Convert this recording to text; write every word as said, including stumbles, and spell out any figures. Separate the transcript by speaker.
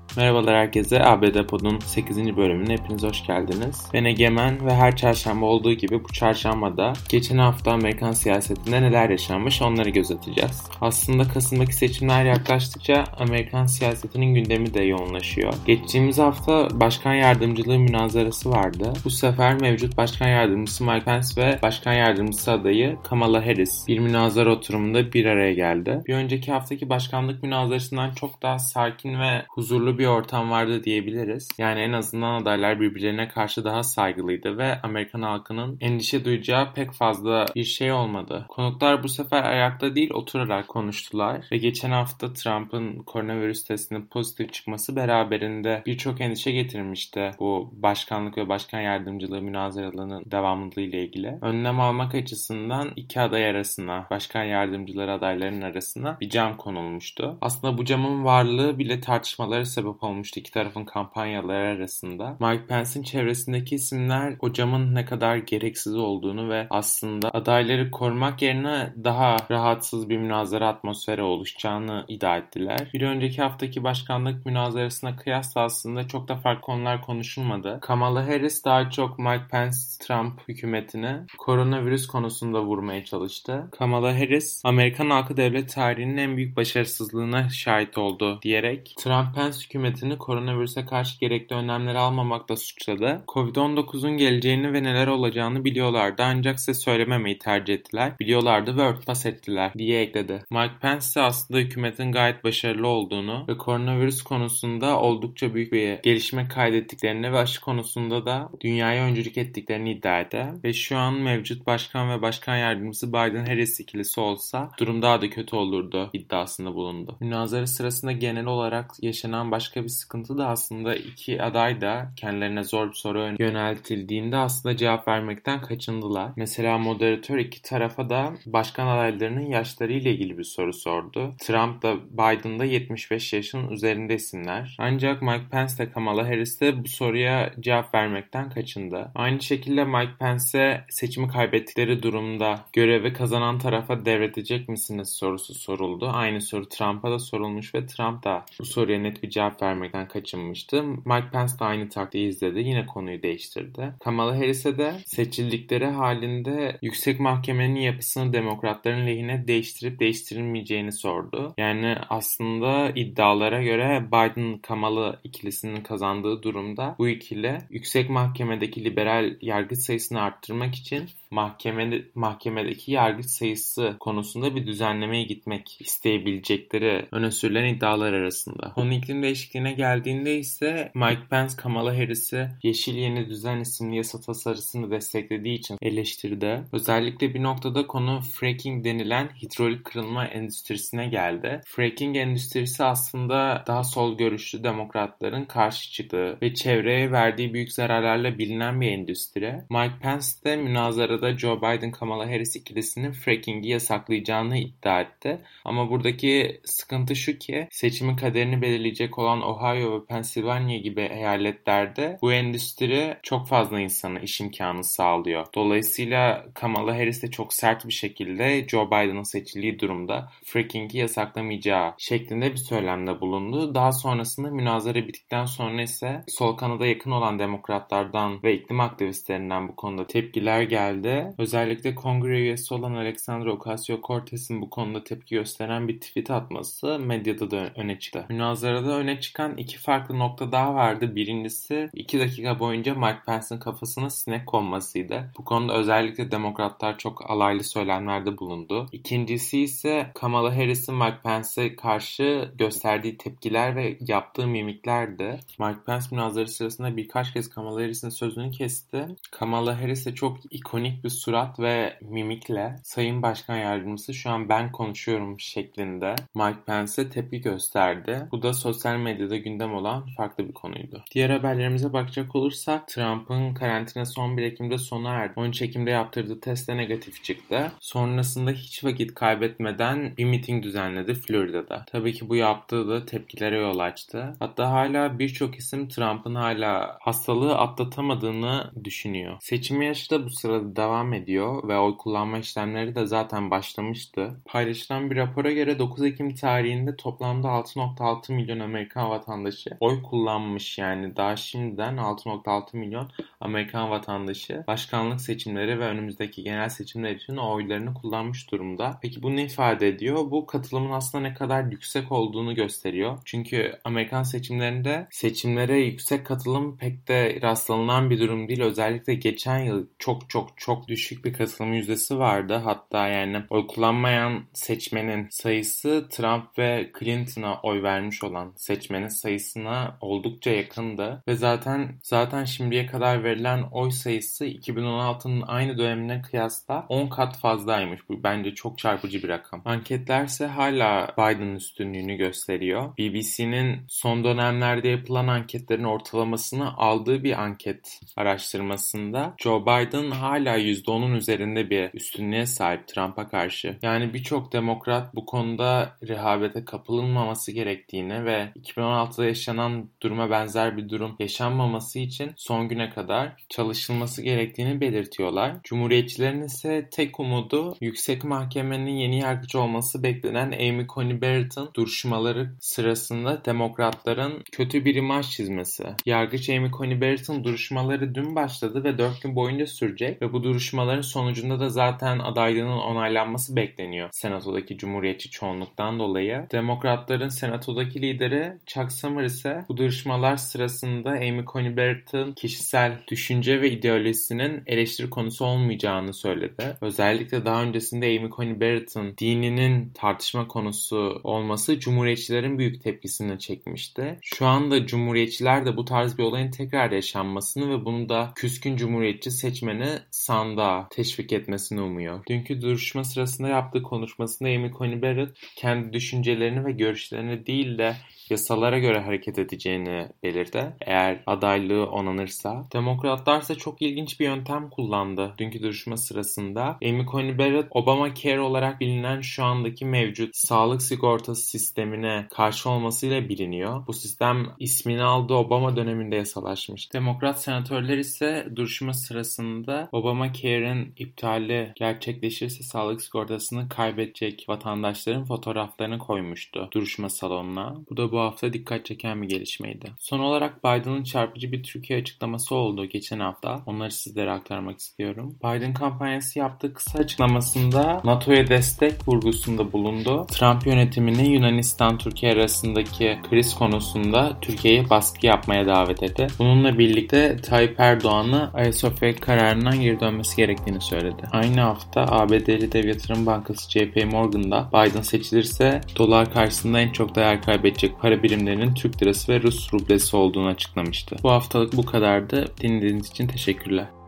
Speaker 1: Merhabalar herkese, A B D Pod'un sekizinci bölümüne hepiniz hoş geldiniz. Ben Egemen ve her çarşamba olduğu gibi bu çarşambada geçen hafta Amerikan siyasetinde neler yaşanmış onları göz atacağız. Aslında Kasım'daki seçimler yaklaştıkça Amerikan siyasetinin gündemi de yoğunlaşıyor. Geçtiğimiz hafta başkan yardımcılığı münazarası vardı. Bu sefer mevcut başkan yardımcısı Mike Pence ve başkan yardımcısı adayı Kamala Harris bir münazara oturumunda bir araya geldi. Bir önceki haftaki başkanlık münazarasından çok daha sakin ve huzurlu bir ortam vardı diyebiliriz. Yani en azından adaylar birbirlerine karşı daha saygılıydı ve Amerikan halkının endişe duyacağı pek fazla bir şey olmadı. Konuklar bu sefer ayakta değil oturarak konuştular ve geçen hafta Trump'ın koronavirüs testinin pozitif çıkması beraberinde birçok endişe getirmişti bu başkanlık ve başkan yardımcılığı münazaralarının devamlılığı ile ilgili. Önlem almak açısından iki aday arasına, başkan yardımcıları adaylarının arasına bir cam konulmuştu. Aslında bu camın varlığı bile tartışmalara sebep olmuştu iki tarafın kampanyaları arasında. Mike Pence'in çevresindeki isimler o camın ne kadar gereksiz olduğunu ve aslında adayları korumak yerine daha rahatsız bir münazara atmosferi oluşacağını iddia ettiler. Bir önceki haftaki başkanlık münazarasına kıyasla aslında çok da farklı konular konuşulmadı. Kamala Harris daha çok Mike Pence-Trump hükümetini koronavirüs konusunda vurmaya çalıştı. Kamala Harris, Amerikan halkı devlet tarihinin en büyük başarısızlığına şahit oldu diyerek Trump-Pence hükümetini koronavirüse karşı gerekli önlemleri almamakla suçladı. covid on dokuzun geleceğini ve neler olacağını biliyorlardı ancak size söylememeyi tercih ettiler. Biliyorlardı ve örtbas ettiler diye ekledi. Mike Pence ise aslında hükümetin gayet başarılı olduğunu ve koronavirüs konusunda oldukça büyük bir gelişme kaydettiklerini ve aşı konusunda da dünyaya öncülük ettiklerini iddia etti. Ve şu an mevcut başkan ve başkan yardımcısı Biden-Harris ikilisi olsa durum daha da kötü olurdu iddiasında bulundu. Münazara sırasında genel olarak yaşanan başka bir sıkıntı da aslında iki aday da kendilerine zor bir soru yöneltildiğinde aslında cevap vermekten kaçındılar. Mesela moderatör iki tarafa da başkan adaylarının yaşları ile ilgili bir soru sordu. Trump da Biden da yetmiş beş yaşın üzerinde isimler. Ancak Mike Pence de Kamala Harris de bu soruya cevap vermekten kaçındı. Aynı şekilde Mike Pence'e seçimi kaybettikleri durumda görevi kazanan tarafa devredecek misiniz sorusu soruldu. Aynı soru Trump'a da sorulmuş ve Trump da bu soruya net bir cevap vermekten kaçınmıştı. Mike Pence de aynı taktiği izledi. Yine konuyu değiştirdi. Kamala Harris'e de seçildikleri halinde yüksek mahkemenin yapısını demokratların lehine değiştirip değiştirilmeyeceğini sordu. Yani aslında iddialara göre Biden-Kamala ikilisinin kazandığı durumda bu ikili yüksek mahkemedeki liberal yargıç sayısını arttırmak için mahkemede, mahkemedeki yargıç sayısı konusunda bir düzenlemeye gitmek isteyebilecekleri öne sürülen iddialar arasında. Konu iklim değişikliğine geldiğinde ise Mike Pence, Kamala Harris'i Yeşil Yeni Düzen isimli yasa tasarısını desteklediği için eleştirdi. Özellikle bir noktada konu fracking denilen hidrolik kırılma endüstrisine geldi. Fracking endüstrisi aslında daha sol görüşlü demokratların karşı çıktığı ve çevreye verdiği büyük zararlarla bilinen bir endüstri. Mike Pence de münazarada Joe Biden-Kamala Harris ikilisinin fracking'i yasaklayacağını iddia etti. Ama buradaki sıkıntı şu ki seçimin kaderini belirleyecek olan Ohio ve Pennsylvania gibi eyaletlerde bu endüstri çok fazla insana iş imkanı sağlıyor. Dolayısıyla Kamala Harris de çok sert bir şekilde Joe Biden'ın seçildiği durumda fracking'i yasaklamayacağı şeklinde bir söylemde bulundu. Daha sonrasında münazara bittikten sonra ise sol kanada yakın olan demokratlardan ve iklim aktivistlerinden bu konuda tepkiler geldi. Özellikle kongre üyesi olan Alexandria Ocasio-Cortez'in bu konuda tepki gösteren bir tweet atması medyada da öne çıktı. Münazarada öne çıkan iki farklı nokta daha vardı. Birincisi iki dakika boyunca Mike Pence'in kafasına sinek konmasıydı. Bu konuda özellikle demokratlar çok alaylı söylemlerde bulundu. İkincisi ise Kamala Harris'in Mike Pence'e karşı gösterdiği tepkiler ve yaptığı mimiklerdi. Mike Pence münazarası sırasında birkaç kez Kamala Harris'in sözünü kesti. Kamala Harris de çok ikonik bir surat ve mimikle Sayın Başkan Yardımcısı şu an ben konuşuyorum şeklinde Mike Pence'e tepki gösterdi. Bu da sosyal medyada gündem olan farklı bir konuydu. Diğer haberlerimize bakacak olursak Trump'ın karantinası on bir Ekim'de sona erdi. on üç Ekim'de yaptırdığı testte negatif çıktı. Sonrasında hiç vakit kaybetmeden bir miting düzenledi Florida'da. Tabii ki bu yaptığı da tepkilere yol açtı. Hatta hala birçok isim Trump'ın hala hastalığı atlatamadığını düşünüyor. Seçim yaşı da bu sırada devam ediyor ve oy kullanma işlemleri de zaten başlamıştı. Paylaşılan bir rapora göre dokuz Ekim tarihinde toplamda altı virgül altı milyon Amerikan Amerikan vatandaşı oy kullanmış. Yani daha şimdiden altı nokta altı milyon Amerikan vatandaşı başkanlık seçimleri ve önümüzdeki genel seçimler için oylarını kullanmış durumda. Peki bu ne ifade ediyor? Bu katılımın aslında ne kadar yüksek olduğunu gösteriyor. Çünkü Amerikan seçimlerinde seçimlere yüksek katılım pek de rastlanılan bir durum değil. Özellikle geçen yıl çok çok çok düşük bir katılım yüzdesi vardı. Hatta yani oy kullanmayan seçmenin sayısı Trump ve Clinton'a oy vermiş olan seçmenin sayısına oldukça yakındı. Ve zaten zaten şimdiye kadar verilen oy sayısı iki bin on altının aynı dönemine kıyasla on kat fazlaymış. Bu bence çok çarpıcı bir rakam. Anketler ise hala Biden'ın üstünlüğünü gösteriyor. B B C'nin son dönemlerde yapılan anketlerin ortalamasını aldığı bir anket araştırmasında Joe Biden hala yüzde onun üzerinde bir üstünlüğe sahip Trump'a karşı. Yani birçok demokrat bu konuda rehavete kapılınmaması gerektiğini ve iki bin on altıda yaşanan duruma benzer bir durum yaşanmaması için son güne kadar çalışılması gerektiğini belirtiyorlar. Cumhuriyetçilerin ise tek umudu yüksek mahkemenin yeni yargıç olması beklenen Amy Coney Barrett'ın duruşmaları sırasında demokratların kötü bir imaj çizmesi. Yargıç Amy Coney Barrett'ın duruşmaları dün başladı ve dört gün boyunca sürecek ve bu duruşmaların sonucunda da zaten adaylığının onaylanması bekleniyor. Senatodaki Cumhuriyetçi çoğunluktan dolayı. Demokratların senatodaki lideri Chuck Schumer ise bu duruşmalar sırasında Amy Coney Barrett'ın kişisel düşünce ve ideolojisinin eleştiri konusu olmayacağını söyledi. Özellikle daha öncesinde Amy Coney Barrett'ın dininin tartışma konusu olması Cumhuriyetçilerin büyük tepkisini çekmişti. Şu anda Cumhuriyetçiler de bu tarz bir olayın tekrar yaşanmasını ve bunu da küskün Cumhuriyetçi seçmeni sandığa teşvik etmesini umuyor. Dünkü duruşma sırasında yaptığı konuşmasında Amy Coney Barrett kendi düşüncelerini ve görüşlerini değil de yasalara göre hareket edeceğini belirtti. Eğer adaylığı onanırsa. Demokratlar ise çok ilginç bir yöntem kullandı. Dünkü duruşma sırasında Amy Coney Barrett, Obamacare olarak bilinen şu andaki mevcut sağlık sigortası sistemine karşı olmasıyla biliniyor. Bu sistem ismini aldığı Obama döneminde yasalaşmış. Demokrat senatörler ise duruşma sırasında Obamacare'in iptali gerçekleşirse sağlık sigortasını kaybedecek vatandaşların fotoğraflarını koymuştu duruşma salonuna. Bu da bu hafta dikkat çeken bir gelişmeydi. Son olarak Biden'ın çarpıcı bir Türkiye açıklaması oldu geçen hafta. Onları sizlere aktarmak istiyorum. Biden kampanyası yaptığı kısa açıklamasında NATO'ya destek vurgusunda bulundu. Trump yönetimini Yunanistan-Türkiye arasındaki kriz konusunda Türkiye'ye baskı yapmaya davet etti. Bununla birlikte Tayyip Erdoğan'ı Ayasofya kararından geri dönmesi gerektiğini söyledi. Aynı hafta A B D'li dev yatırım bankası J P Morgan'da Biden seçilirse dolar karşısında en çok değer kaybedecek para birimlerinin Türk lirası ve Rus rublesi olduğunu açıklamıştı. Bu haftalık bu kadardı. Dinlediğiniz için teşekkürler.